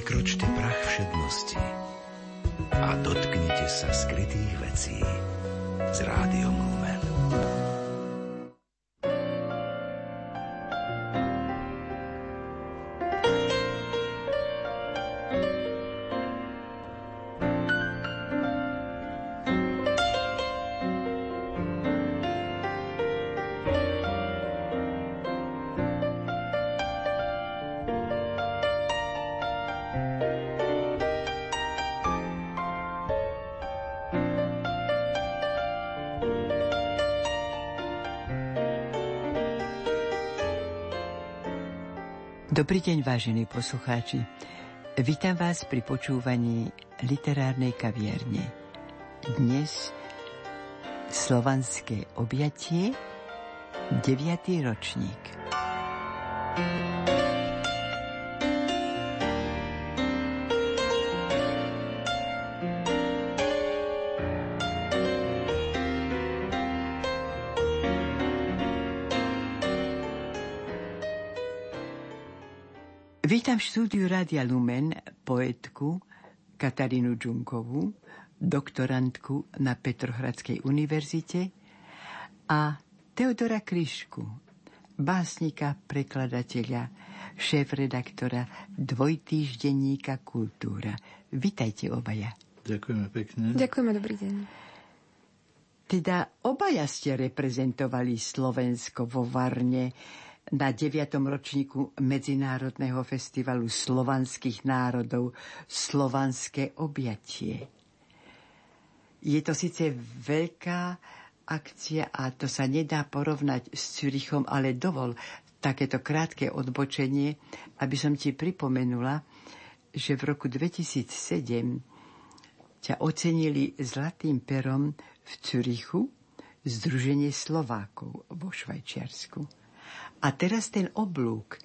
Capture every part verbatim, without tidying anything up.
Prekročte prach všednosti a dotknite sa skrytých vecí s Rádiom Lumen. Dobrý deň, vážení poslucháči. Vítam vás pri počúvaní literárnej kaviarne. Dnes Slovanské objatie, deviaty ročník. Vítam v štúdiu Rádia Lumen poetku Katarínu Džunkovú, doktorantku na Petrohradskej univerzite, a Teodora Kryšku, básnika, prekladateľa, šéf-redaktora dvojtýždenníka Kultúra. Vitajte obaja. Ďakujeme pekne. Ďakujeme, dobrý deň. Teda obaja ste reprezentovali Slovensko vo Varne na deviatom ročníku Medzinárodného festivalu slovanských národov Slovanské objatie. Je to síce veľká akcia a to sa nedá porovnať s Zürichom, ale dovol takéto krátke odbočenie, aby som ti pripomenula, že v roku dvetisícsedem ťa ocenili Zlatým perom v Zürichu Združenie Slovákov vo Švajčiarsku. A teraz ten oblúk,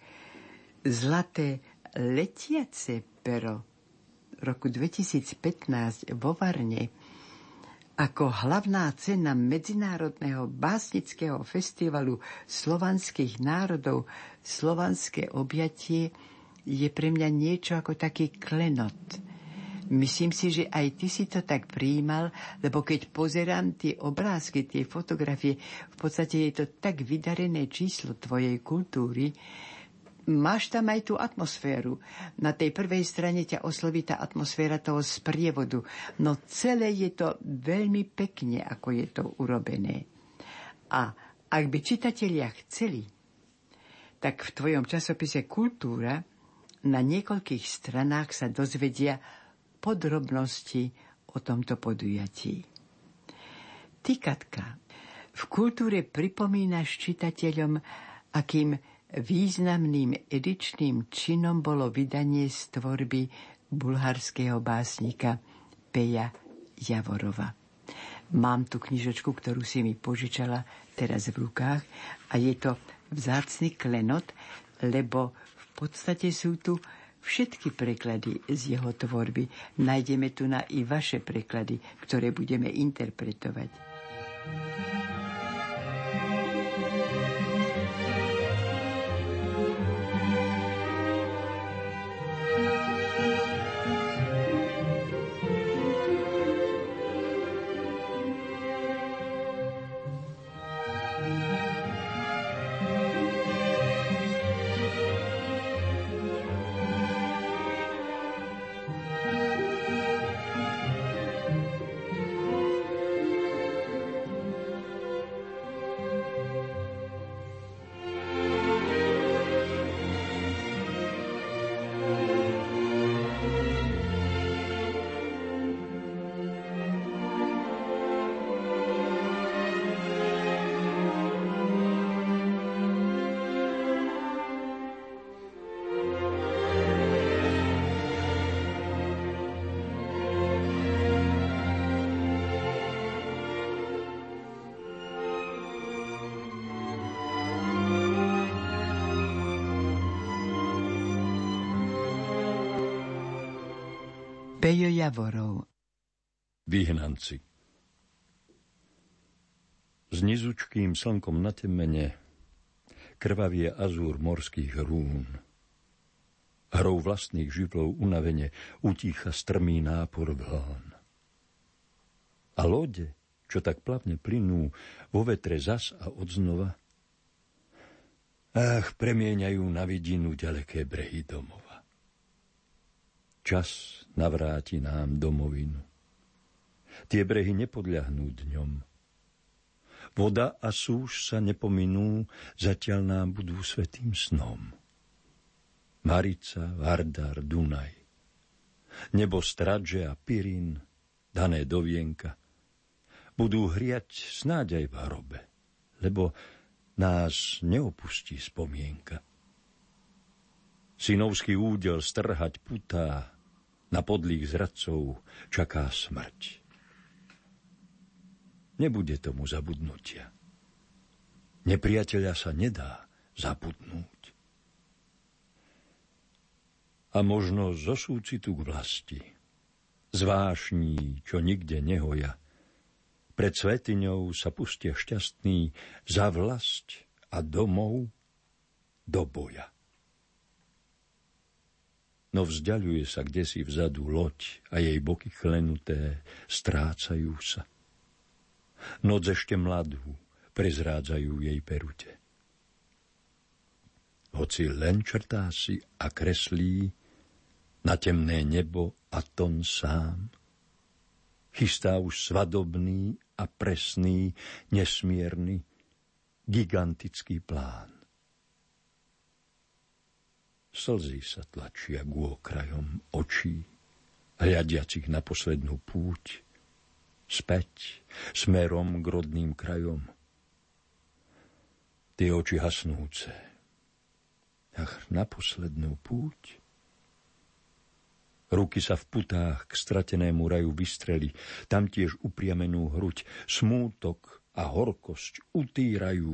zlaté letiace pero roku dvetisícpätnásť vo Varne ako hlavná cena Medzinárodného básnického festivalu slovanských národov Slovanské objatie je pre mňa niečo ako taký klenot. Myslím si, že aj ty si to tak prijímal, lebo keď pozerám tie obrázky, tie fotografie, v podstate je to tak vydarené číslo tvojej kultúry. Máš tam aj tú atmosféru. Na tej prvej strane ťa osloví tá atmosféra toho sprievodu. No celé je to veľmi pekne, ako je to urobené. A ak by čitatelia chceli, tak v tvojom časopise Kultúra na niekoľkých stranách sa dozvedia podrobnosti o tomto podujatí. Ty, Katka, v Kultúre pripomínaš čitateľom, akým významným edičným činom bolo vydanie z tvorby bulharského básnika Peja Javorova. Mám tu knižočku, ktorú si mi požičala teraz v rukách, a je to vzácny klenot, lebo v podstate sú tu všetky preklady z jeho tvorby. Nájdeme tu na i vaše preklady, ktoré budeme interpretovať. Pejo Javorov. Vyhnanci. S nizučkým slnkom na temene krvavie azúr morských rún. Hrou vlastných živlov unavene utícha strmý nápor vln. A lode, čo tak plavne plynú vo vetre zas a odznova, ach, premieňajú na vidinu ďaleké brehy domova. Čas navráti nám domovinu. Tie brehy nepodľahnú dňom. Voda a súš sa nepominú, zatiaľ nám budú svätým snom. Marica, Vardar, Dunaj, nebo Stradže a Pirín, dané do vienka, budú hriať snáď aj v hrobe, lebo nás neopustí spomienka. Synovský údel strhať putá, na podlých zradcov čaká smrť. Nebude tomu zabudnutia. Nepriateľa sa nedá zabudnúť. A možno zo súcitu k vlasti, z vášní, čo nikde nehoja, pred svetiňou sa pustia šťastný za vlasť a domov do boja. No vzdialuje sa kdesi vzadu loď a jej boky klenuté strácajú sa. Noc ešte mladú prezrádzajú jej perute. Hoci len črtá si a kreslí na temné nebo a ton sám, chystá už svadobný a presný, nesmierny, gigantický plán. Slzy sa tlačia k okrajom očí, hľadiacich na poslednú púť, späť smerom k rodným krajom. Tie oči hasnúce, ach, na poslednú púť. Ruky sa v putách k stratenému raju vystreli, tam tiež upriamenú hruď, smútok a horkosť utýrajú.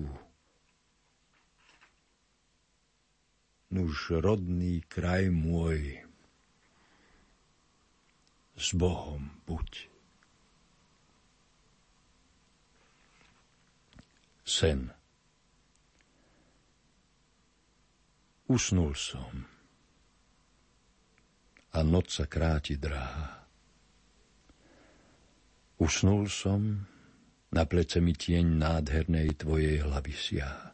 Nuž rodný kraj môj, s Bohom buď. Sen. Usnul som a noc sa kráti dráha. Usnul som, na plece mi tieň nádhernej tvojej hlavy siaha.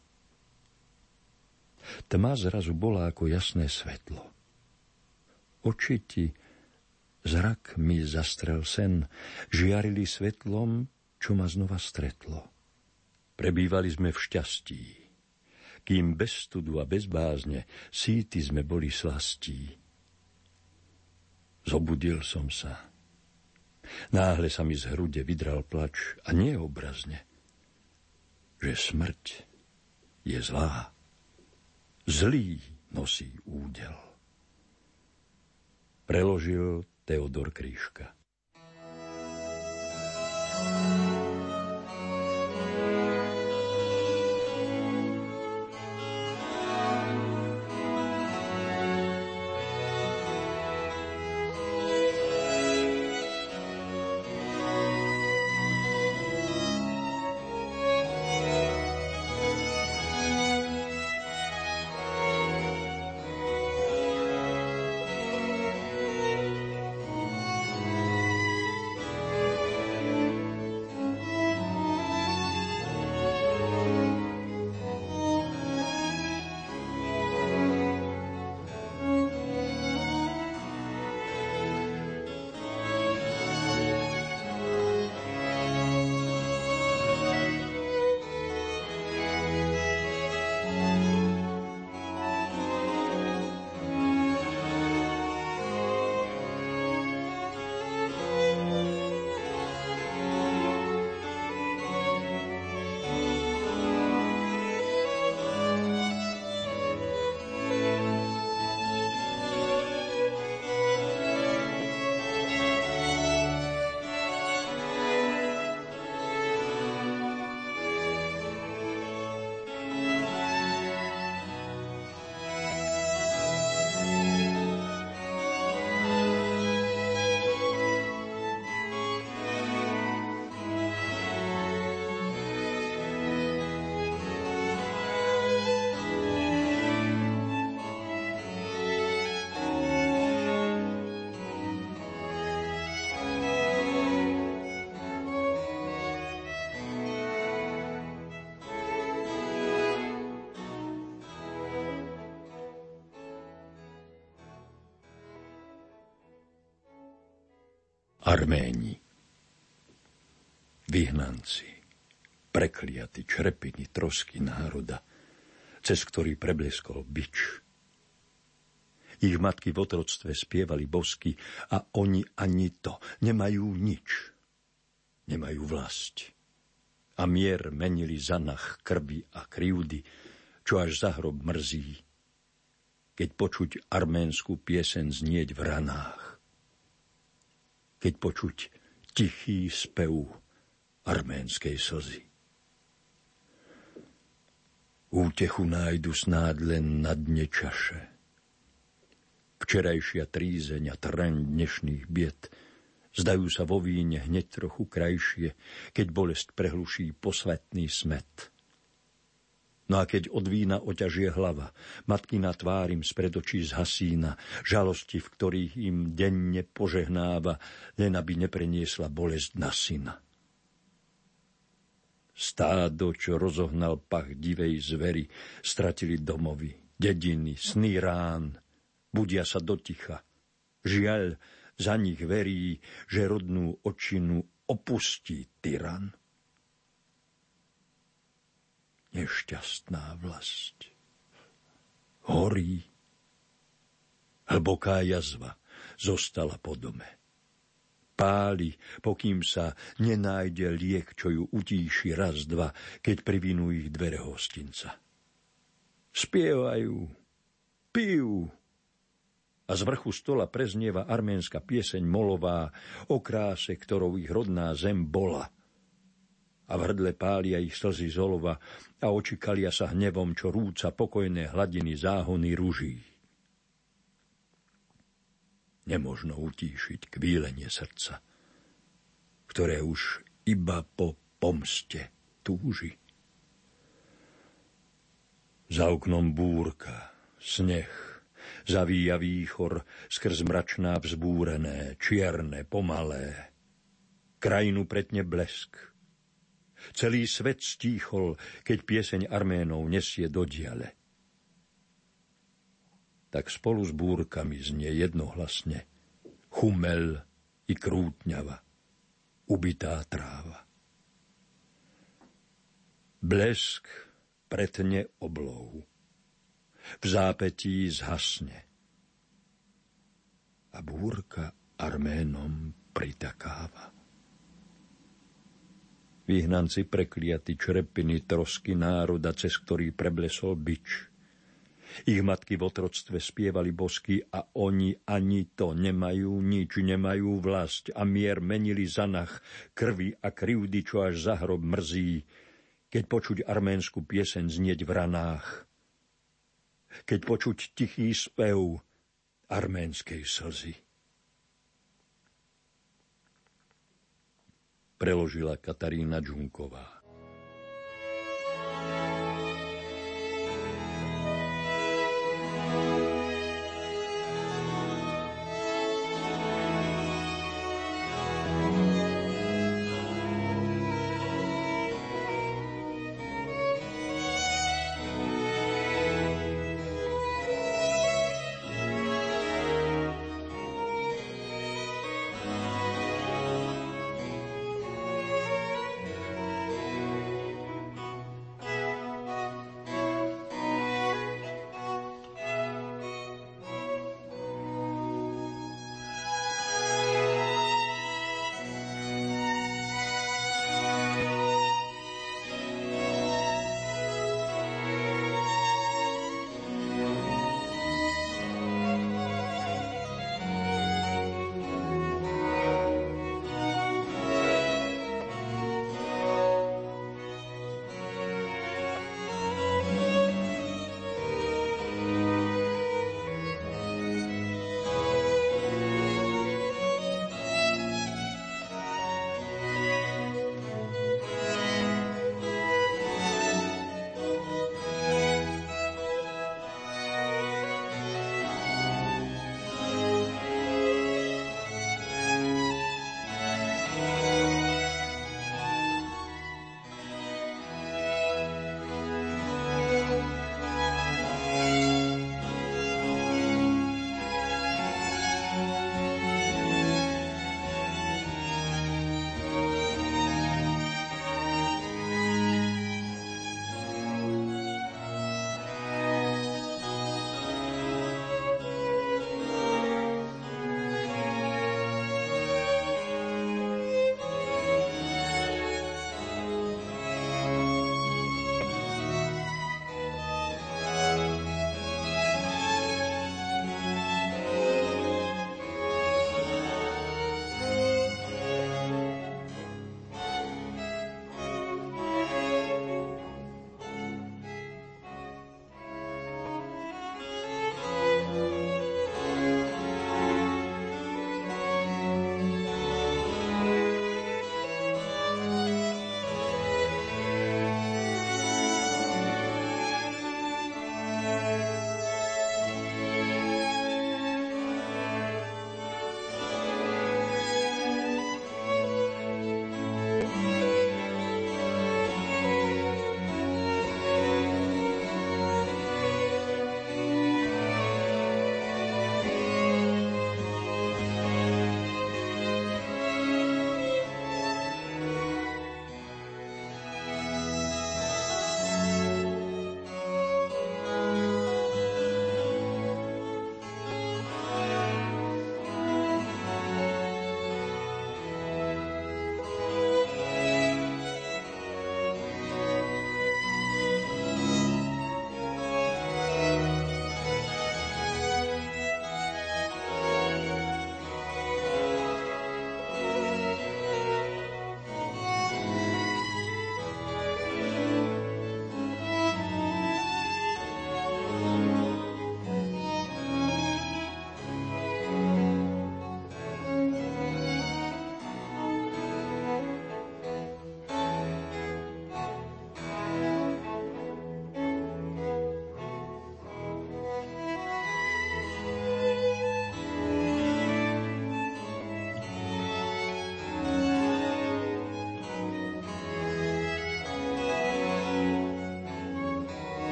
Tma zrazu bola ako jasné svetlo. Oči ti, zrak mi zastrel sen, žiarili svetlom, čo ma znova stretlo. Prebývali sme v šťastí, kým bez studu a bez bázne síti sme boli slastí. Zobudil som sa. Náhle sa mi z hrude vydral plač a nie obrazne, že smrť je zlá. Zlý nosí údel. Preložil Teodor Krížka. Arméni. Vyhnanci, prekliaty črepiny trosky národa, cez ktorý prebleskol bič. Ich matky v otroctve spievali bosky a oni ani to nemajú nič. Nemajú vlast. A mier menili zanach krvi a krivdy, čo až za hrob mrzí, keď počuť arménsku pieseň znieť v ranách. Keď počuť tichý spev arménskej slzy. Útechu nájdu snáď len na dne čaše. Včerajšia trízeň a trň dnešných bied zdajú sa vo víne hneď trochu krajšie, keď bolesť prehluší posvetný smet. No a keď od vína oťažie hlava, matkina tvár im spred očí zhasína, žalosti, v ktorých im denne požehnáva, len aby nepreniesla bolesť na syna. Stádo, čo rozohnal pach divej zvery, stratili domovy, dediny, sny rán, budia sa do ticha. Žiaľ, za nich verí, že rodnú očinu opustí tyran. Nešťastná vlast horí. Hlboká jazva zostala po dome. Páli, pokým sa nenájde liek, čo ju utíši raz, dva, keď privinú ich dvere hostinca. Spievajú, pijú a z vrchu stola preznieva arménska pieseň molová o kráse, ktorou ich rodná zem bola. A v hrdle pália ich slzy z olova a oči kalia sa hnevom, čo rúca pokojné hladiny záhony ruží. Nemožno utíšiť kvílenie srdca, ktoré už iba po pomste túži. Za oknom búrka, sneh, zavíja výchor skrz mračná vzbúrené, čierne, pomalé. Krajinu pretne blesk. Celý svet stíchol, keď pieseň Arménov nesie do diale. Tak spolu s búrkami znie jednohlasne chumel i krútňava, ubitá tráva. Blesk pretne oblohu, v zápätí zhasne a búrka Arménom pritakáva. Vyhnanci prekliaty črepiny trosky národa, cez ktorý preblesol bič. Ich matky v otroctve spievali bosky a oni ani to nemajú nič, nemajú vlast a mier menili zanach krvi a krivdy, čo až za hrob mrzí, keď počuť arménsku pieseň znieť v ranách, keď počuť tichý spev arménskej slzy. Preložila Katarína Džunková.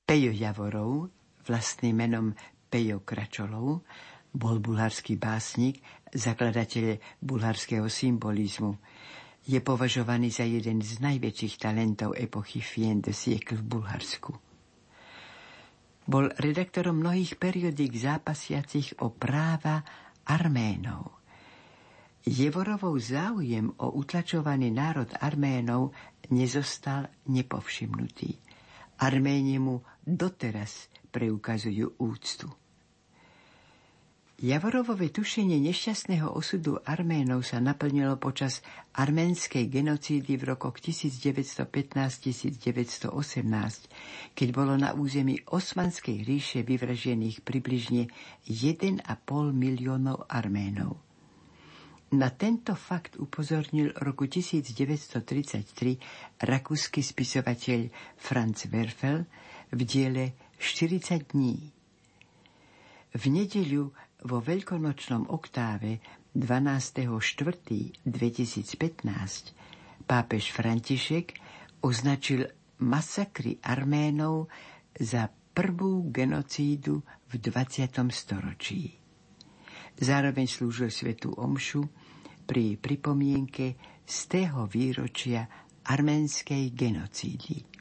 Pejo Javorov, vlastným menom Pejo Kračolov, bol bulharský básnik, zakladateľ bulharského symbolizmu. Je považovaný za jeden z najväčších talentov epochy fin de siècle v Bulharsku. Bol redaktorom mnohých periodík zápasiacich o práva Arménov. Jevorovov záujem o utlačovaný národ Arménov nezostal nepovšimnutý. Arméni mu doteraz preukazujú úctu. Javorovové tušenie nešťastného osudu Arménov sa naplnilo počas arménskej genocídy v rokoch devätnásťstopätnásť až devätnásťstoosemnásť, keď bolo na území Osmanskej ríše vyvraždených približne jeden a pol miliónov Arménov. Na tento fakt upozornil roku devätnásťstotridsaťtri rakúsky spisovateľ Franz Werfel v diele štyridsať dní. V nedeľu vo veľkonočnom oktáve dvanásteho štvrtého dvetisícpätnásť pápež František označil masakry Arménov za prvú genocídu v dvadsiatom storočí. Zároveň slúžil svätú omšu pri pripomienke z tého výročia arménskej genocídy.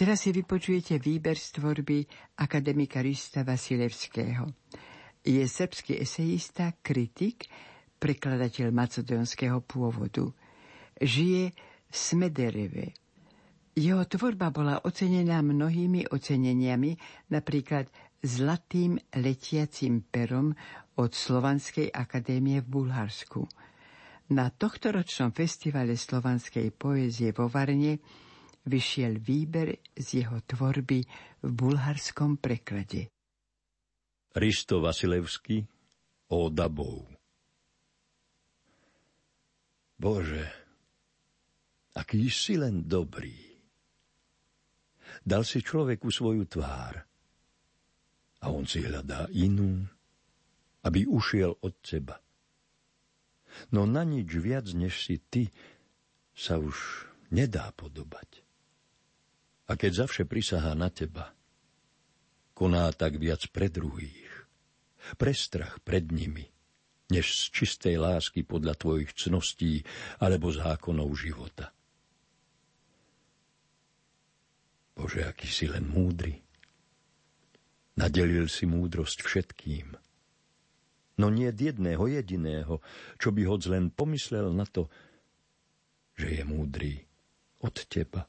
Teraz si vypočujete výber z tvorby akademika Rista Vasilevského. Je srbský esejista, kritik, prekladateľ macedónskeho pôvodu. Žije v Smedereve. Jeho tvorba bola ocenená mnohými oceneniami, napríklad Zlatým letiacim perom od Slovanskej akadémie v Bulharsku. Na tohtoročnom festivale slovanskej poézie vo Varne vyšiel výber z jeho tvorby v bulharskom preklade. Risto Vasilevský, Óda Bohu. Bože, aký si len dobrý. Dal si človeku svoju tvár a on si hľadá inú, aby ušiel od teba. No na nič viac, než si ty, sa už nedá podobať. A keď zavše prisahá na teba, koná tak viac pre druhých, pre strach pred nimi, než z čistej lásky podľa tvojich cností alebo zákonov života. Bože, aký si len múdry. Nadelil si múdrosť všetkým. No nie jedného jediného, čo by hoc len pomyslel na to, že je múdry od teba.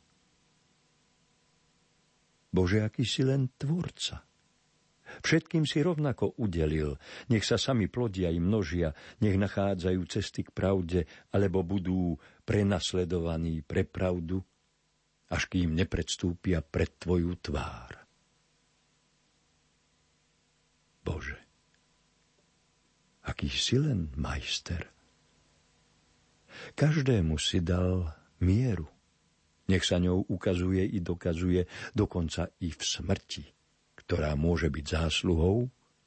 Bože, aký si len tvorca. Všetkým si rovnako udelil, nech sa sami plodia i množia, nech nachádzajú cesty k pravde, alebo budú prenasledovaní pre pravdu, až kým nepredstúpia pred tvoju tvár. Bože, aký si len majster. Každému si dal mieru. Nech sa ňou ukazuje i dokazuje, dokonca i v smrti, ktorá môže byť zásluhou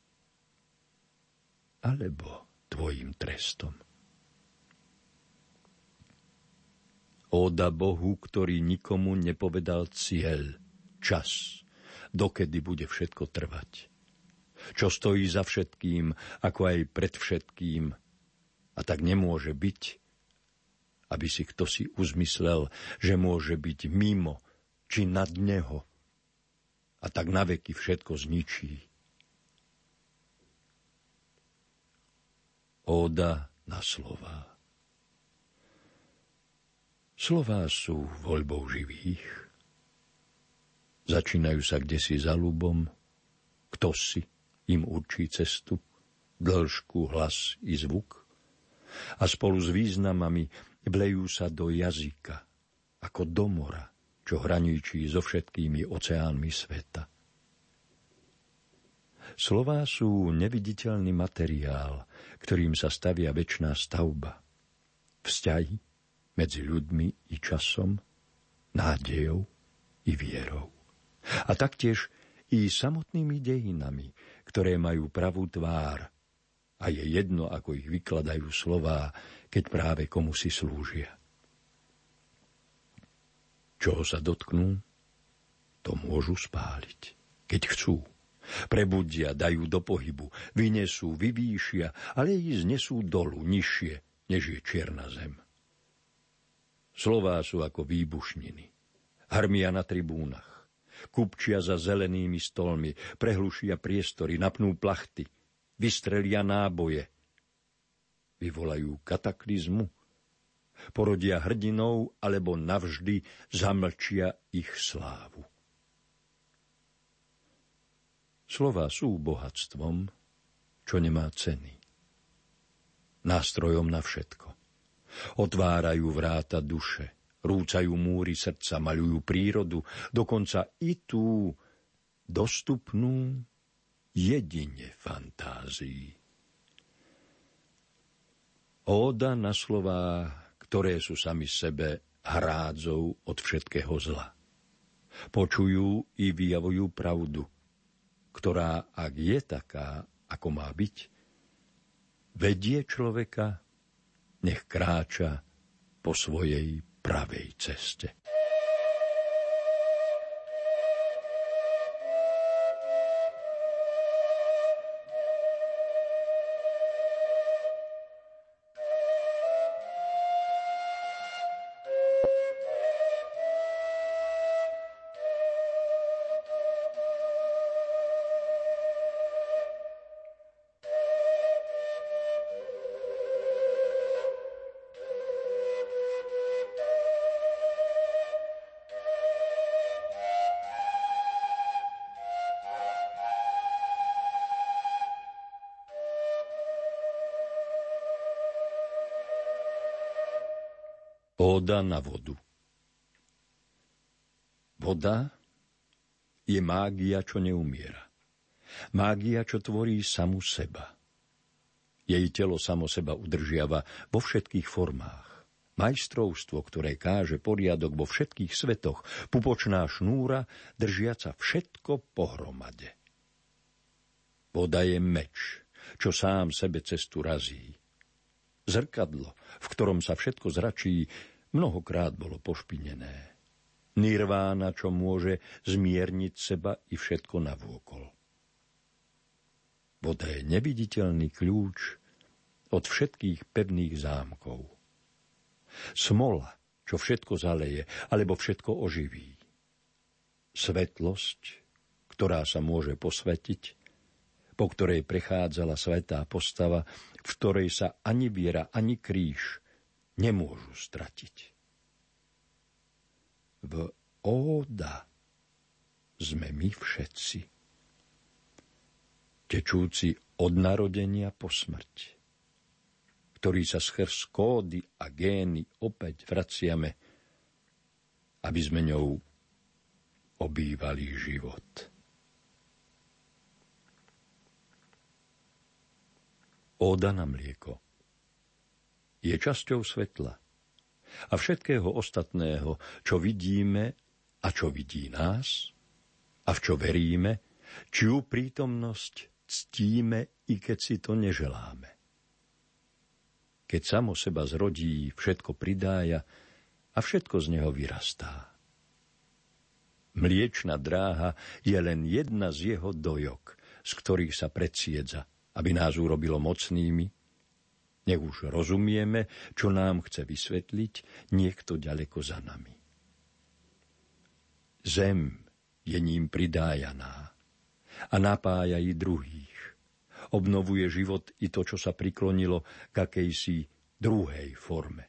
alebo tvojim trestom. Óda Bohu, ktorý nikomu nepovedal cieľ, čas, dokedy bude všetko trvať. Čo stojí za všetkým, ako aj pred všetkým, a tak nemôže byť, aby si kto si uzmyslel, že môže byť mimo či nad neho a tak naveky všetko zničí. Óda na slová. Slová sú voľbou živých. Začínajú sa kdesi za ľubom, kto si im určí cestu, dĺžku, hlas i zvuk a spolu s významami vlejú sa do jazyka, ako do mora, čo hraničí so všetkými oceánmi sveta. Slová sú neviditeľný materiál, ktorým sa stavia večná stavba. Vzťahy medzi ľuďmi i časom, nádejou i vierou. A taktiež i samotnými dejinami, ktoré majú pravú tvár, a je jedno, ako ich vykladajú slová, keď práve komu si slúžia. Čoho sa dotknú, to môžu spáliť, keď chcú. Prebudia, dajú do pohybu, vynesú, vyvýšia, ale ich znesú dolu, nižšie, než je čierna zem. Slová sú ako výbušniny. Harmia na tribúnach. Kupčia za zelenými stolmi, prehlušia priestory, napnú plachty, vystrelia náboje, vyvolajú kataklizmu, porodia hrdinov alebo navždy zamlčia ich slávu. Slová sú bohatstvom, čo nemá ceny. Nástrojom na všetko. Otvárajú vráta duše, rúcajú múry srdca, maľujú prírodu, dokonca i tú dostupnú jedine fantázii. Óda na slová, ktoré sú sami sebe hrádzou od všetkého zla. Počujú i vyjavujú pravdu, ktorá, ak je taká, ako má byť, vedie človeka, nech kráča po svojej pravej ceste. Óda na vodu. Voda je mágia, čo neumiera. Mágia, čo tvorí samu seba. Jej telo samo seba udržiava vo všetkých formách. Majstrovstvo, ktoré káže poriadok vo všetkých svetoch, pupočná šnúra, držiaca všetko pohromade. Voda je meč, čo sám sebe cestu razí. Zrkadlo, v ktorom sa všetko zračí, mnohokrát bolo pošpinené. Nirvána, čo môže zmierniť seba i všetko navôkol. Voda je neviditeľný kľúč od všetkých pevných zámkov. Smola, čo všetko zaleje, alebo všetko oživí. Svetlosť, ktorá sa môže posvetiť, po ktorej prechádzala svätá postava, v ktorej sa ani viera, ani kríž nemôžu stratiť. V óda sme my všetci, tečúci od narodenia po smrť, ktorí sa skrz kódy a gény opäť vraciame, aby sme ňou obývali život. Óda na mlieko je časťou svetla a všetkého ostatného, čo vidíme a čo vidí nás a v čo veríme, čiu prítomnosť ctíme, i keď si to neželáme. Keď samo seba zrodí, všetko pridája a všetko z neho vyrastá. Mliečna dráha je len jedna z jeho dojok, z ktorých sa predsiedza, aby nás urobilo mocnými. Nech už rozumieme, čo nám chce vysvetliť niekto ďaleko za nami. Zem je ním pridájaná a napája i druhých. Obnovuje život i to, čo sa priklonilo k akejsi druhej forme.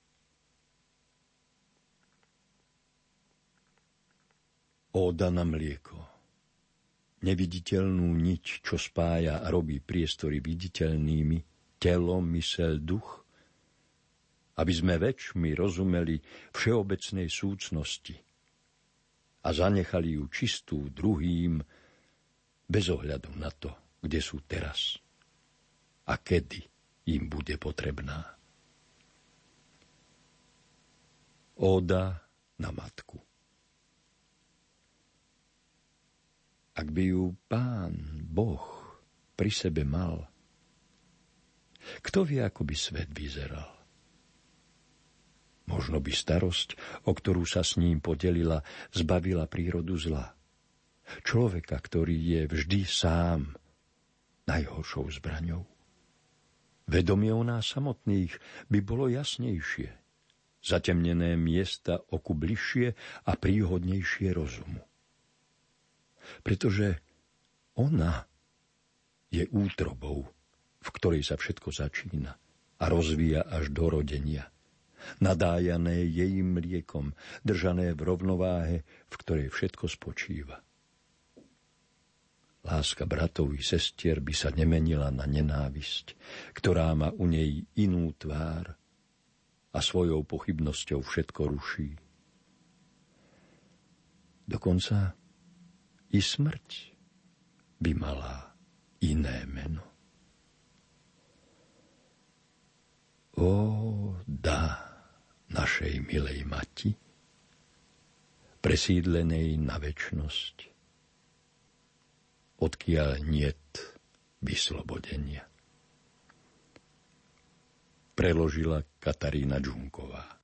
Óda na mlieko. Neviditeľnú niť, čo spája a robí priestory viditeľnými, telo, myseľ, duch, aby sme väčšmi rozumeli všeobecnej súcnosti a zanechali ju čistú druhým bez ohľadu na to, kde sú teraz a kedy im bude potrebná. Óda na matku. Ak by ju Pán Boh pri sebe mal, kto vie, ako by svet vyzeral? Možno by starosť, o ktorú sa s ním podelila, zbavila prírodu zla. Človeka, ktorý je vždy sám najhoršou zbraňou. Vedomie o nás samotných by bolo jasnejšie, zatemnené miesta oku bližšie a príhodnejšie rozumu. Pretože ona je útrobou, v ktorej sa všetko začína a rozvíja až do rodenia, nadájané jej mliekom, držané v rovnováhe, v ktorej všetko spočíva. Láska bratov i sestier by sa nemenila na nenávisť, ktorá má u nej inú tvár a svojou pochybnosťou všetko ruší. Dokonca i smrť by mala iné meno. Ó, dá našej milej mati, presídlenej na večnosť, odkiaľ niet vyslobodenia. Preložila Katarína Džunková.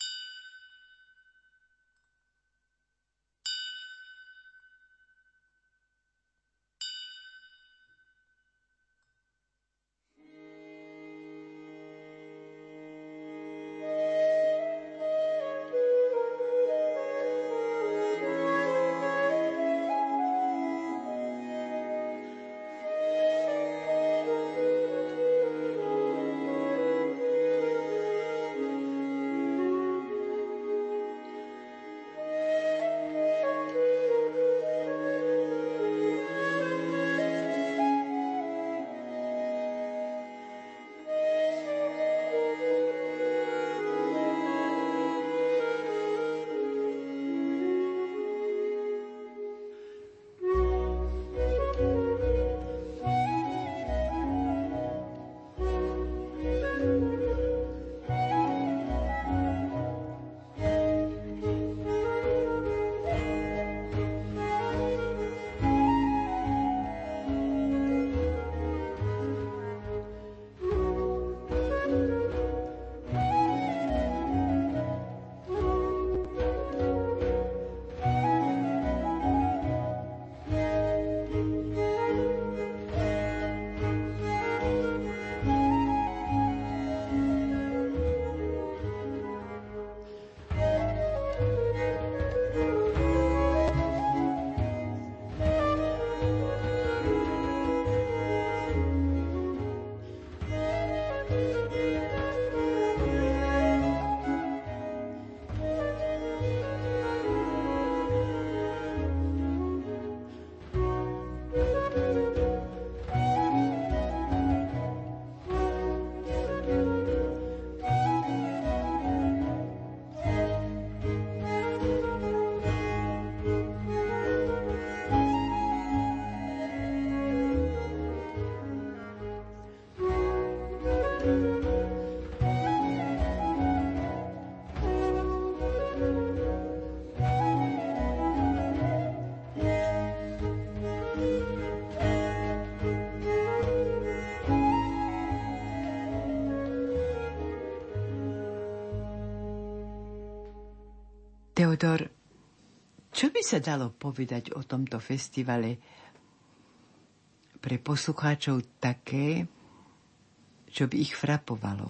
Teodor, čo by sa dalo povedať o tomto festivale pre poslucháčov také, čo by ich frapovalo?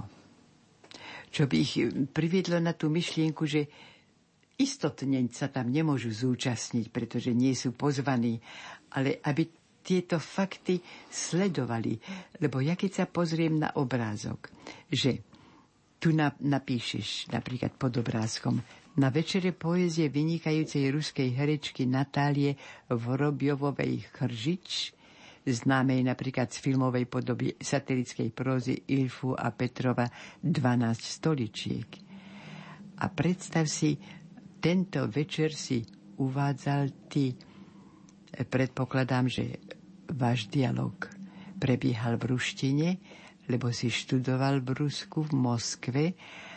Čo by ich priviedlo na tú myšlienku, že istotne sa tam nemôžu zúčastniť, pretože nie sú pozvaní, ale aby tieto fakty sledovali. Lebo ja keď sa pozriem na obrázok, že tu napíšeš napríklad pod obrázkom na večere poézie vynikajúcej ruskej herečky Natálie Vorobiovovej Chržič, známej napríklad z filmovej podoby satirickej prózy Ilfu a Petrova dvanásť stoličiek. A predstav si, tento večer si uvádzal ty, predpokladám, že váš dialog prebiehal v ruštine, lebo si študoval v Rusku, v Moskve.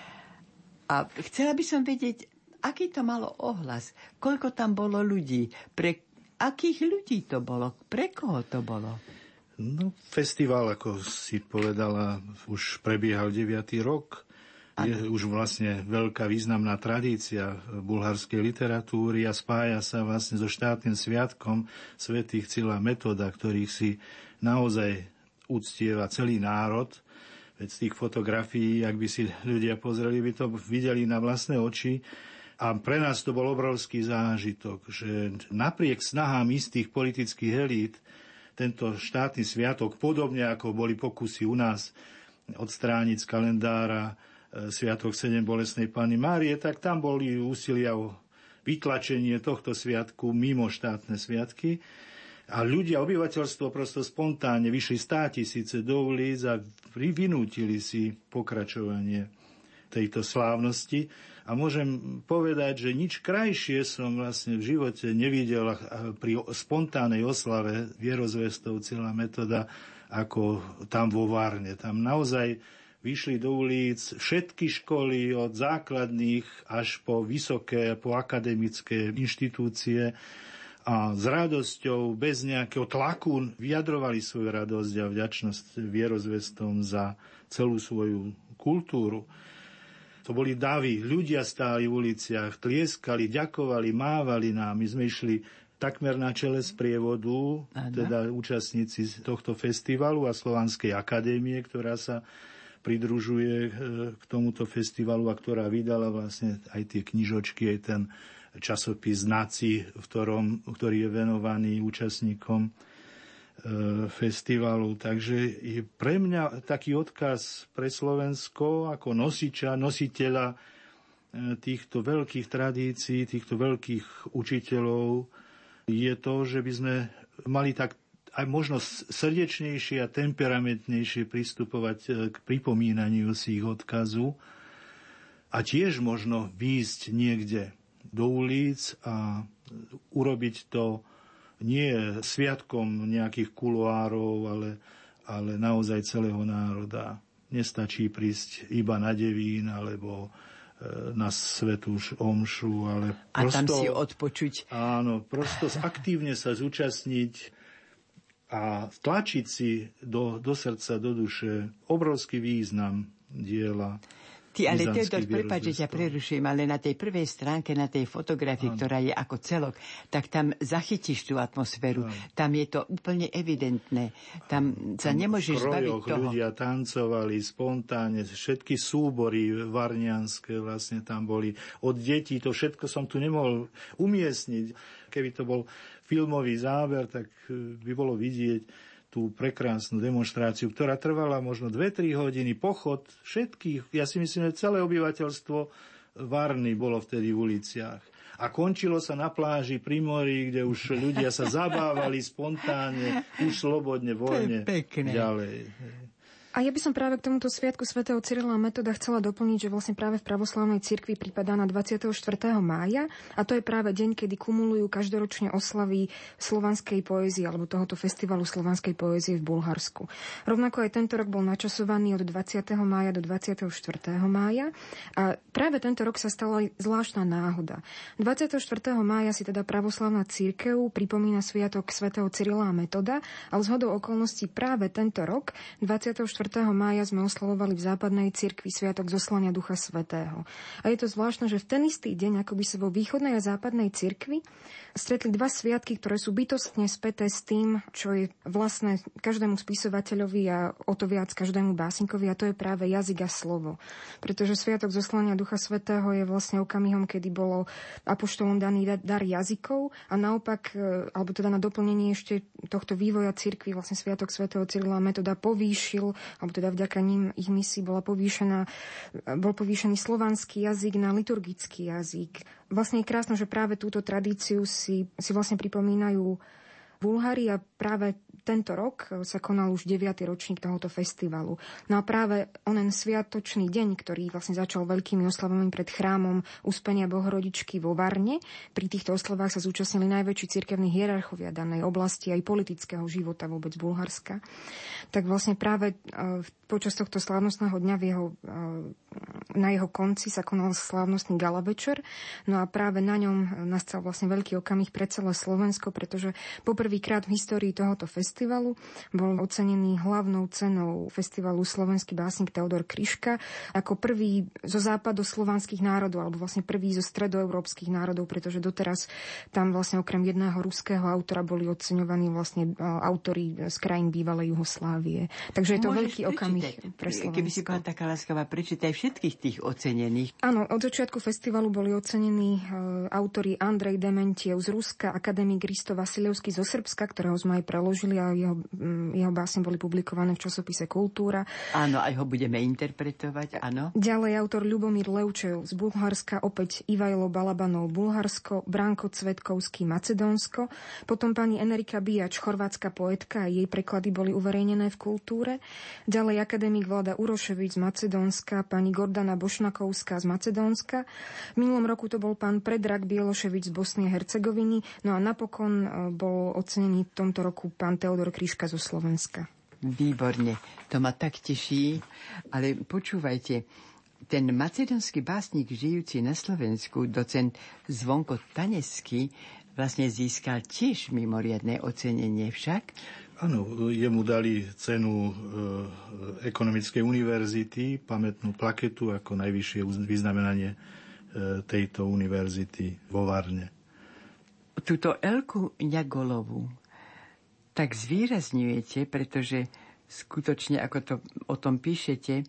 A chcela by som vedieť, aký to malo ohlas, koľko tam bolo ľudí, pre akých ľudí to bolo, pre koho to bolo? No, festival, ako si povedala, už prebiehal deviaty rok. Je ano. Už vlastne veľká významná tradícia bulharskej literatúry a spája sa vlastne so štátnym sviatkom svätých Cyrila a Metoda, ktorých si naozaj uctieva celý národ. Veď z tých fotografií, ak by si ľudia pozreli, by to videli na vlastné oči. A pre nás to bol obrovský zážitok, že napriek snahám istých politických elít tento štátny sviatok, podobne ako boli pokusy u nás odstrániť z kalendára sviatok sedem bolestnej Panny Márie, tak tam boli úsilia o vytlačenie tohto sviatku mimo štátne sviatky. A ľudia, obyvateľstvo prosto spontánne vyšli státisíce do ulic a vynútili si pokračovanie tejto slávnosti. A môžem povedať, že nič krajšie som vlastne v živote nevidel pri spontánnej oslave vierozvestov Cyrila Metoda ako tam vo Varne. Tam naozaj vyšli do ulic všetky školy od základných až po vysoké, po akademické inštitúcie a s radosťou, bez nejakého tlaku vyjadrovali svoju radosť a vďačnosť vierozvestom za celú svoju kultúru. To boli davy, ľudia stáli v uliciach, tlieskali, ďakovali, mávali nám. My sme išli takmer na čele sprievodu, teda účastníci tohto festivalu a Slovanskej akadémie, ktorá sa pridružuje k tomuto festivalu a ktorá vydala vlastne aj tie knižočky, aj ten časopis Naci, v ktorom, ktorý je venovaný účastníkom e, festivalu. Takže je pre mňa taký odkaz pre Slovensko ako nosiča, nositeľa e, týchto veľkých tradícií, týchto veľkých učiteľov je to, že by sme mali tak aj možno srdečnejšie a temperamentnejšie pristupovať k pripomínaniu si ich odkazu a tiež možno výjsť niekde do ulic a urobiť to nie sviatkom nejakých kuloárov, ale, ale naozaj celého národa. Nestačí prísť iba na Devín alebo na svätú omšu, ale a prosto, tam si odpočuť. Áno, prosto aktívne sa zúčastniť a tlačiť si do, do srdca, do duše obrovský význam diela. Ty, ale Teodor, prepáč, že ťa prerušujem, ale na tej prvej stránke, na tej fotografii, ktorá je ako celok, tak tam zachytíš tú atmosféru. Áno. Tam je to úplne evidentné. Tam sa tam nemôžeš zbaviť toho. Ľudia tancovali spontánne, všetky súbory varnianské vlastne tam boli. Od detí to všetko som tu nemohol umiestniť. Keby to bol filmový záber, tak by bolo vidieť tú prekrásnu demonštráciu, ktorá trvala možno dve tri hodiny, pochod všetkých. Ja si myslím, že celé obyvateľstvo Varny bolo vtedy v uliciach. A končilo sa na pláži pri mori, kde už ľudia sa zabávali spontánne, už slobodne, voľne ďalej. A ja by som práve k tomuto sviatku svätého Cyrila a Metoda chcela doplniť, že vlastne práve v pravoslavnej cirkvi pripadá na dvadsiateho štvrtého mája a to je práve deň, kedy kumulujú každoročne oslavy slovanskej poézie alebo tohoto festivalu slovanskej poézie v Bulharsku. Rovnako aj tento rok bol načasovaný od dvadsiateho mája do dvadsiateho štvrtého mája a práve tento rok sa stala zvláštna náhoda. dvadsiateho štvrtého mája si teda pravoslavná cirkev pripomína sviatok svätého Cyrila a Metoda, ale zhodou okolností práve tento rok dvadsiateho štvrtého štvrtého mája sme oslavovali v západnej cirkvi sviatok zoslania Ducha Svätého. A je to zvláštne, že v ten istý deň, ako by sa vo východnej a západnej cirkvi stretli dva sviatky, ktoré sú bytostne späté s tým, čo je vlastné každému spisovateľovi a o to viac každému básnikovi, a to je práve jazyk a slovo. Pretože sviatok zoslania Ducha Svätého je vlastne okamihom, kedy bolo apoštolom daný dar jazykov a naopak, alebo teda na doplnenie ešte tohto vývoja cirkvi, vlastne sviatok svätého Cyrila a Metoda povýšil, alebo teda vďaka ním ich misii bola povýšená, bol povýšený slovanský jazyk na liturgický jazyk. Vlastne je krásne, že práve túto tradíciu si, si vlastne pripomínajú Bulhári a práve tento rok sa konal už deviaty ročník tohoto festivalu. No a práve onen sviatočný deň, ktorý vlastne začal veľkými oslavami pred chrámom Uspenia Bohorodičky vo Varne, pri týchto oslavách sa zúčastnili najväčší cirkevní hierarchovia danej oblasti aj politického života vôbec Bulharska. Tak vlastne práve počas tohto slávnostného dňa v jeho, na jeho konci sa konal slávnostný gala večer. No a práve na ňom nastal vlastne veľký okamih pre celé Slovensko, pretože poprvýkrát v histórii tohoto festivalu bol ocenený hlavnou cenou festivalu slovenský básnik Teodor Kryška ako prvý zo západoslovanských národov, alebo vlastne prvý zo stredoeurópskych národov, pretože doteraz tam vlastne okrem jedného ruského autora boli oceňovaní vlastne autori z krajín bývalej Juhoslávie. Takže je to Môžeš veľký okamih pre Slovensko. Keby si bola taká láskavá, prečítaj všetkých tých ocenených. Áno, od začiatku festivalu boli ocenení e, autori Andrej Dementiev z Ruska, akademik Risto Vasilevský zo Srbska, ktorého sme aj preložili a jeho, jeho básne boli publikované v časopise Kultúra. Áno, aj ho budeme interpretovať, áno. Ďalej autor Ľubomír Levčev z Bulharska, opäť Ivajlo Balabanov Bulharsko, Branko Cvetkovský Macedónsko, potom pani Enrika Bijač, chorvátska poetka, a jej preklady boli uverejnené v Kultúre. Ďalej akademik Vlada Uroševič z Macedónska, pani Gordana Bošnakovská z Macedónska. V minulom roku to bol pán Predrag Bieloševič z Bosny a Hercegoviny. No a napokon bol ocenený v tomto roku pán Teodor Kryška zo Slovenska. Výborne, to ma tak teší, ale počúvajte, ten macedónsky básnik žijúci na Slovensku, docent Zvonko Taneský, vlastne získal tiež mimoriadne ocenenie však. Áno, jemu dali cenu e, Ekonomickej univerzity, pamätnú plaketu ako najvyššie vyznamenanie e, tejto univerzity vo Varne. Túto Elku Ňagolovú tak zvýrazňujete, pretože skutočne, ako to o tom píšete,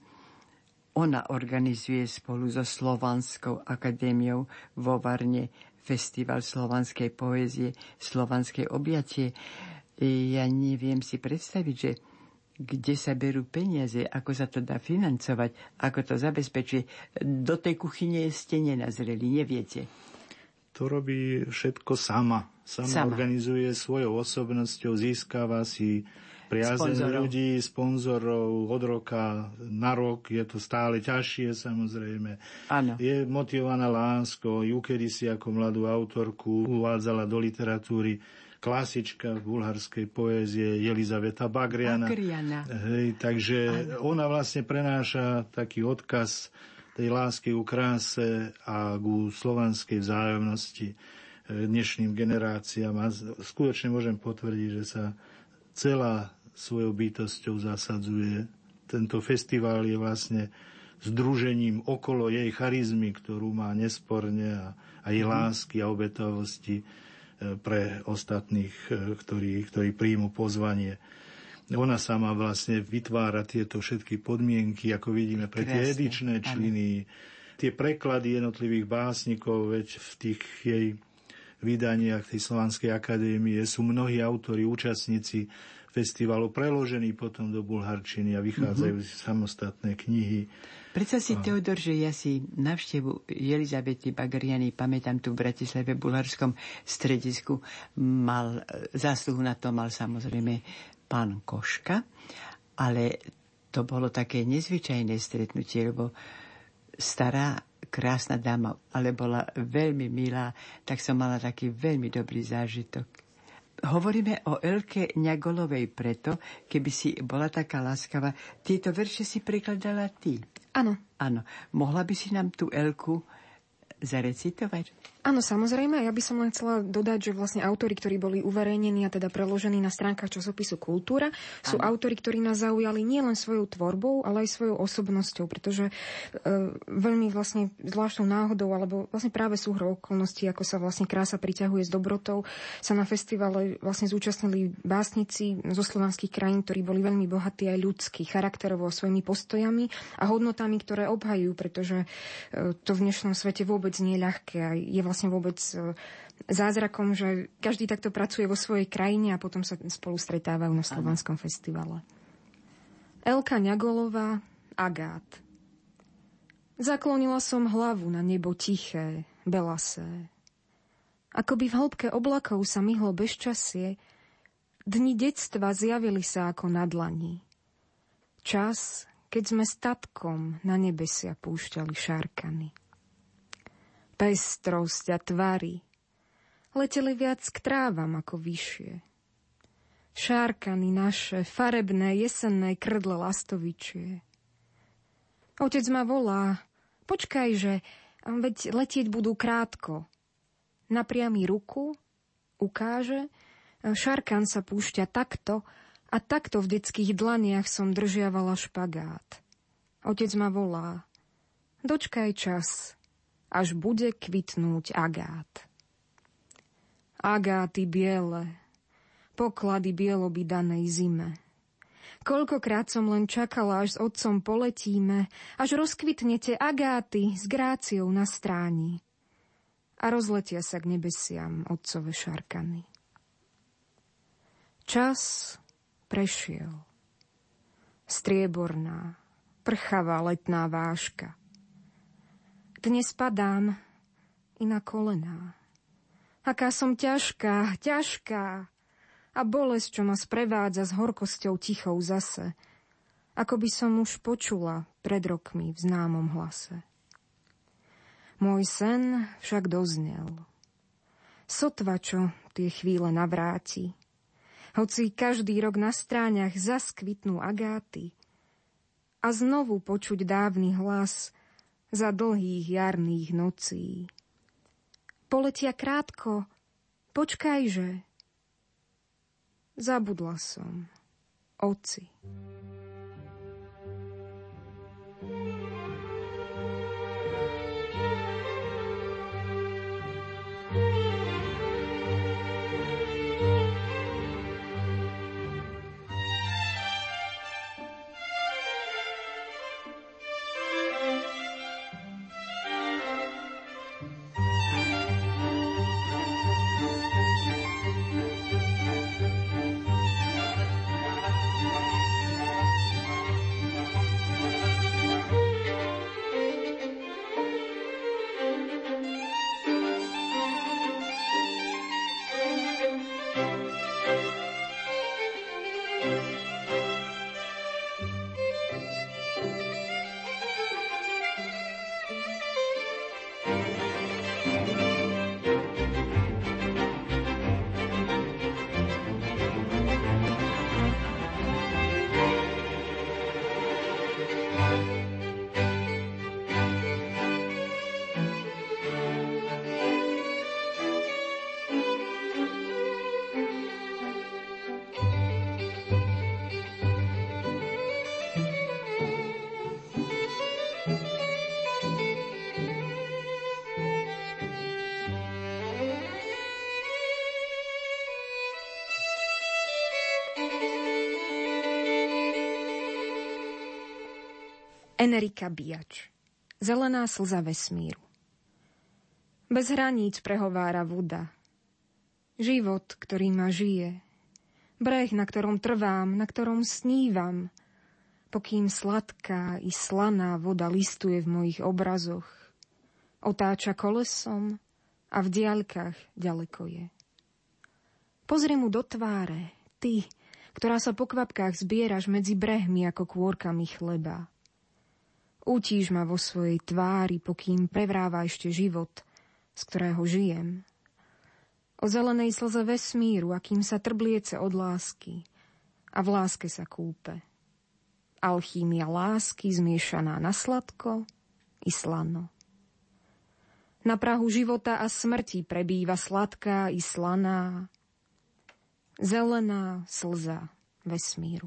ona organizuje spolu so Slovanskou akadémiou vo Varne festival slovanskej poézie, slovanské objatie. Ja neviem si predstaviť, že kde sa berú peniaze, ako sa to dá financovať, ako to zabezpečí. Do tej kuchyne ste nenazreli, neviete. To robí všetko sama. Sama, sama. Organizuje svojou osobnosťou, získava si priazeň ľudí, sponzorov od roka na rok. Je to stále ťažšie, samozrejme. Áno. Je motivovaná láskou. Ju kedysi ako mladú autorku uvádzala do literatúry klasička bulharskej poézie Jelizaveta Bagriana. Bagriana. Hej, takže ano. Ona vlastne prenáša taký odkaz tej lásky ku kráse a ku slovanskej vzájomnosti dnešným generáciám. A skutočne môžem potvrdiť, že sa celá svojou bytosťou zasadzuje. Tento festival je vlastne združením okolo jej charizmy, ktorú má nesporne, a, a jej lásky a obetovosti pre ostatných, ktorí, ktorí príjmu pozvanie. Ona sama vlastne vytvára tieto všetky podmienky, ako vidíme, pre tie edičné členy, tie preklady jednotlivých básnikov, veď v tých jej vydaniach tej Slovanskej akadémie sú mnohí autori, účastníci festivalu preložení potom do bulharčiny a vychádzajú mm-hmm. samostatné knihy. Predstav si, Teodor, že ja si návštevu Jelizavety Bagriany pamätám tu v Bratislave v bulharskom stredisku. Mal, zásluhu na to mal samozrejme pán Koška, ale to bolo také nezvyčajné stretnutie, lebo stará, krásna dáma, ale bola veľmi milá, tak som mala taký veľmi dobrý zážitok. Hovoríme o Elke Ňagolovej preto, keby si bola taká láskavá, tieto verše si prekladala ty. Áno. Áno. Mohla by si nám tú Elku zarecitovať? Áno, samozrejme. Ja by som len chcela dodať, že vlastne autori, ktorí boli uverejnení a teda preložení na stránkach časopisu Kultúra, sú ano. autori, ktorí nás zaujali nielen svojou tvorbou, ale aj svojou osobnosťou, pretože e, veľmi vlastne zvláštnou náhodou, alebo vlastne práve súhrou okolností, ako sa vlastne krása priťahuje s dobrotou, sa na festivale vlastne zúčastnili básnici zo slovanských krajín, ktorí boli veľmi bohatí aj ľudskí, charakterovo, svojimi postojami a hodnotami, ktoré obhajujú, pretože e, to v dnešnom svete vôbec nie je ľahké a je vlastne vôbec zázrakom, že každý takto pracuje vo svojej krajine a potom sa spolu stretávajú na Slovanskom ano. festivale. Elka Ňagolová, Agát. Zaklonila som hlavu na nebo tiché, belasé. Akoby v hĺbke oblakov sa myhlo bezčasie, dni detstva zjavili sa ako na dlani. Čas, keď sme statkom na nebesia púšťali šárkany. Pestrosť a tvary leteli viac k trávam ako vyššie. Šárkany naše, farebné, jesenné krdle lastovičie. Otec ma volá, počkajže, veď letieť budú krátko. Napriami ruku, ukáže, šárkan sa púšťa takto a takto v detských dlaniach som držiavala špagát. Otec ma volá, dočkaj čas, až bude kvitnúť agát. Agáty biele, poklady bielobydanej zime. Koľkokrát som len čakala, až s otcom poletíme, až rozkvitnete agáty s gráciou na stráni. A rozletia sa k nebesiam otcove šarkany. Čas prešiel. Strieborná, prchavá letná váška. Dnes padám i na kolená. Aká som ťažká, ťažká a bolesť, čo ma sprevádza s horkosťou tichou zase, ako by som už počula pred rokmi v známom hlase. Môj sen však doznel. Sotva, čo tie chvíle navráti, hoci každý rok na stráňach zaskvitnú agáty a znovu počuť dávny hlas za dlhých jarných nocí. Poletia krátko, počkajže. Zabudla som, oci. Enrika Biač. Zelená slza vesmíru. Bez hraníc prehovára voda. Život, ktorý ma žije. Breh, na ktorom trvám, na ktorom snívam. Pokým sladká i slaná voda listuje v mojich obrazoch. Otáča kolesom a v diaľkach ďaleko je. Pozri mu do tváre, ty, ktorá sa po kvapkách zbieraš medzi brehmi ako kôrkami chleba. Utíš ma vo svojej tvári, pokým prevráva ešte život, z ktorého žijem. O zelenej slze vesmíru, akým sa trbliece od lásky a v láske sa kúpe. Alchímia lásky zmiešaná na sladko i slano. Na prahu života a smrti prebýva sladká i slaná, zelená slza vesmíru.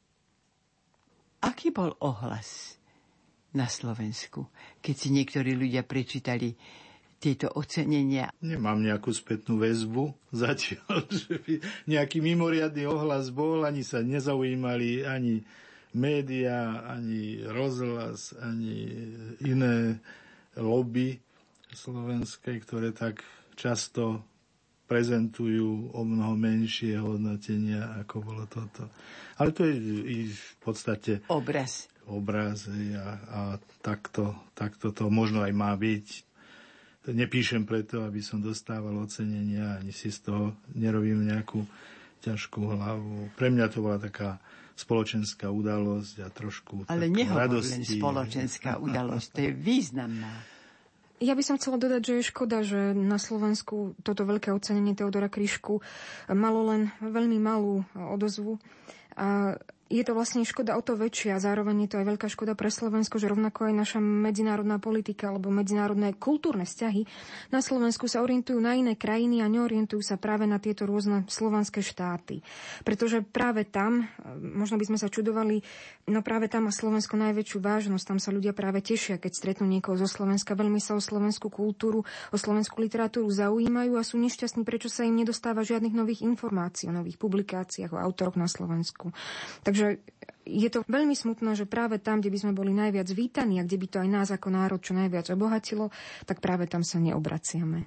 Aký bol ohlas na Slovensku, keď si niektorí ľudia prečítali tieto ocenenia? Nemám nejakú spätnú väzbu zatiaľ, že by nejaký mimoriadny ohlas bol, ani sa nezaujímali ani médiá, ani rozhlas, ani iné lobby slovenské, ktoré tak často prezentujú o mnoho menšie hodnotenia, ako bolo toto. Ale to je v podstate obraz. Obraz a, a takto, takto to možno aj má byť. Nepíšem preto, aby som dostával ocenenia, ani si z toho nerobím nejakú ťažkú hlavu. Pre mňa to bola taká spoločenská udalosť a trošku ale nehovor len radosti. spoločenská udalosť, to je významná. Ja by som chcela dodať, že je škoda, že na Slovensku toto veľké ocenenie Teodora Kryšku malo len veľmi malú odozvu. A je to vlastne škoda o to väčšia, zároveň je to aj veľká škoda pre Slovensko, že rovnako aj naša medzinárodná politika alebo medzinárodné kultúrne vzťahy na Slovensku sa orientujú na iné krajiny a neorientujú sa práve na tieto rôzne slovanské štáty. Pretože práve tam, možno by sme sa čudovali, no práve tam má Slovensko najväčšiu vážnosť, tam sa ľudia práve tešia, keď stretnú niekoho zo Slovenska, veľmi sa o slovenskú kultúru, o slovenskú literatúru zaujímajú a sú nešťastní, prečo sa im nedostáva žiadnych nových informácií o nových publikáciách, o autoroch na Slovensku. Takže je to veľmi smutné, že práve tam, kde by sme boli najviac vítaní a kde by to aj nás ako národ čo najviac obohatilo, tak práve tam sa neobraciame.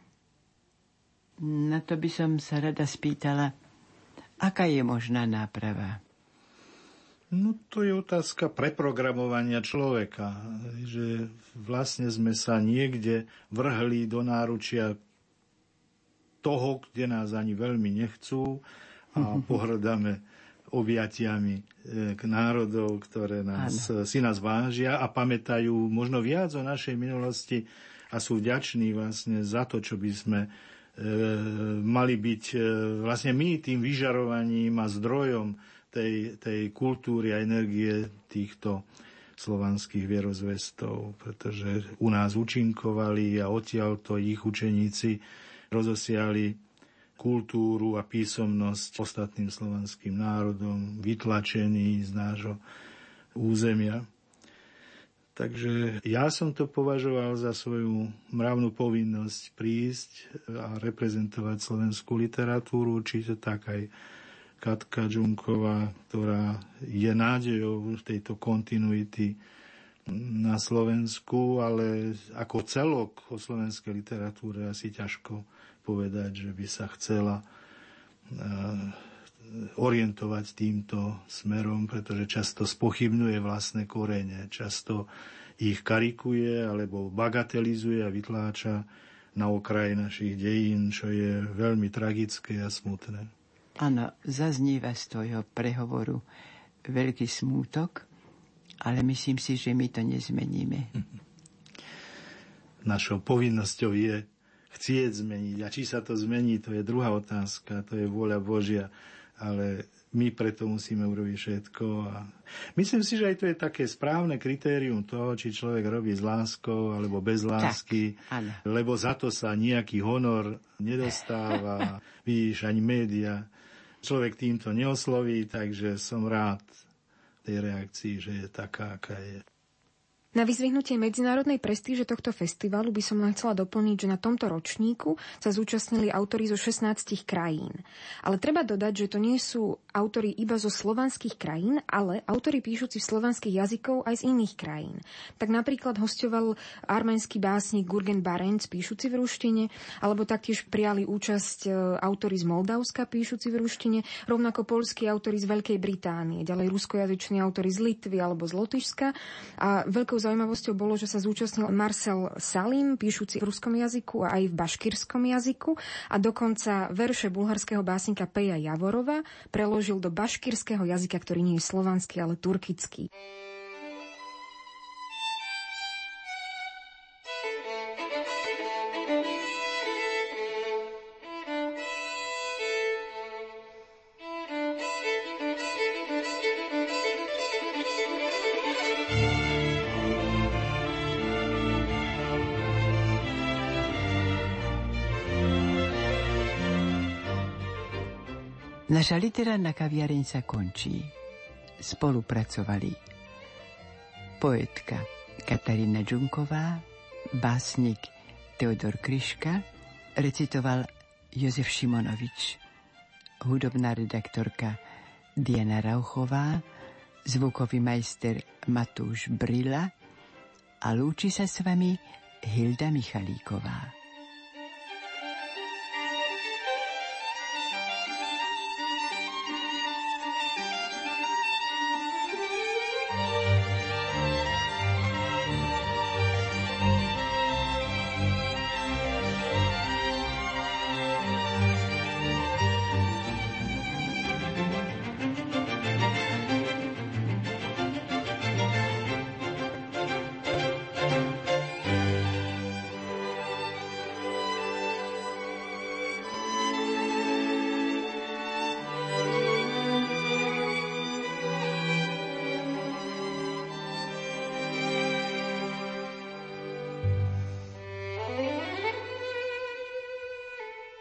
Na to by som sa rada spýtala, aká je možná náprava? No to je otázka preprogramovania človeka, že vlastne sme sa niekde vrhli do náručia toho, kde nás ani veľmi nechcú a pohrdáme objatiami k národov, ktoré nás, si nás vážia a pamätajú možno viac o našej minulosti a sú vďační vlastne za to, čo by sme e, mali byť e, vlastne my tým vyžarovaním a zdrojom tej, tej kultúry a energie týchto slovanských vierozvestov, pretože u nás účinkovali a odtiaľto ich učeníci rozosiali kultúru a písomnosť ostatným slovanským národom, vytlačený z nášho územia. Takže ja som to považoval za svoju mravnú povinnosť prísť a reprezentovať slovenskú literatúru, určite tak aj Katka Džunková, ktorá je nádejou tejto kontinuity na Slovensku, ale ako celok o slovenskej literatúre asi ťažko povedať, že by sa chcela orientovať týmto smerom, pretože často spochybňuje vlastné korene, často ich karikuje alebo bagatelizuje a vytláča na okraj našich dejín, čo je veľmi tragické a smutné. Áno, zazníva z tvojho prehovoru veľký smútok, ale myslím si, že my to nezmeníme. Našou povinnosťou je chcieť zmeniť. A či sa to zmení, to je druhá otázka, to je vôľa Božia. Ale my preto musíme urobiť všetko. A myslím si, že aj to je také správne kritérium toho, či človek robí s láskou alebo bez lásky, tak, lebo za to sa nejaký honor nedostáva. Vidíš, ani média. Človek týmto neosloví, takže som rád tej reakcii, že je taká, aká je. Na vyzvihnutie medzinárodnej prestíže tohto festivalu by som len chcela doplniť, že na tomto ročníku sa zúčastnili autori zo šestnástich krajín. Ale treba dodať, že to nie sú autori iba zo slovanských krajín, ale autori píšuci v slovanských jazykov aj z iných krajín. Tak napríklad hosťoval arménsky básnik Gurgen Barenc, píšuci v ruštine, alebo taktiež prijali účasť autori z Moldavska, píšuci v ruštine, rovnako poľskí autori z Veľkej Británie, ďalej ruskojazyční autori z Litvy alebo z Lotyšska. A veľkou zaujímavosťou bolo, že sa zúčastnil Marcel Salim, píšuci v ruskom jazyku a aj v baškírskom jazyku, a dokonca verše bulharského básnika Peja Javorova preložil do baškírskeho jazyka, ktorý nie je slovanský, ale turkický. Naša literárna kaviareň sa končí. Spolupracovali poetka Katarína Džunková, básnik Teodor Kryška, recitoval Jozef Šimonovič, hudobná redaktorka Diana Rauchová, zvukový majster Matúš Brila a lúči sa s vami Hilda Michalíková.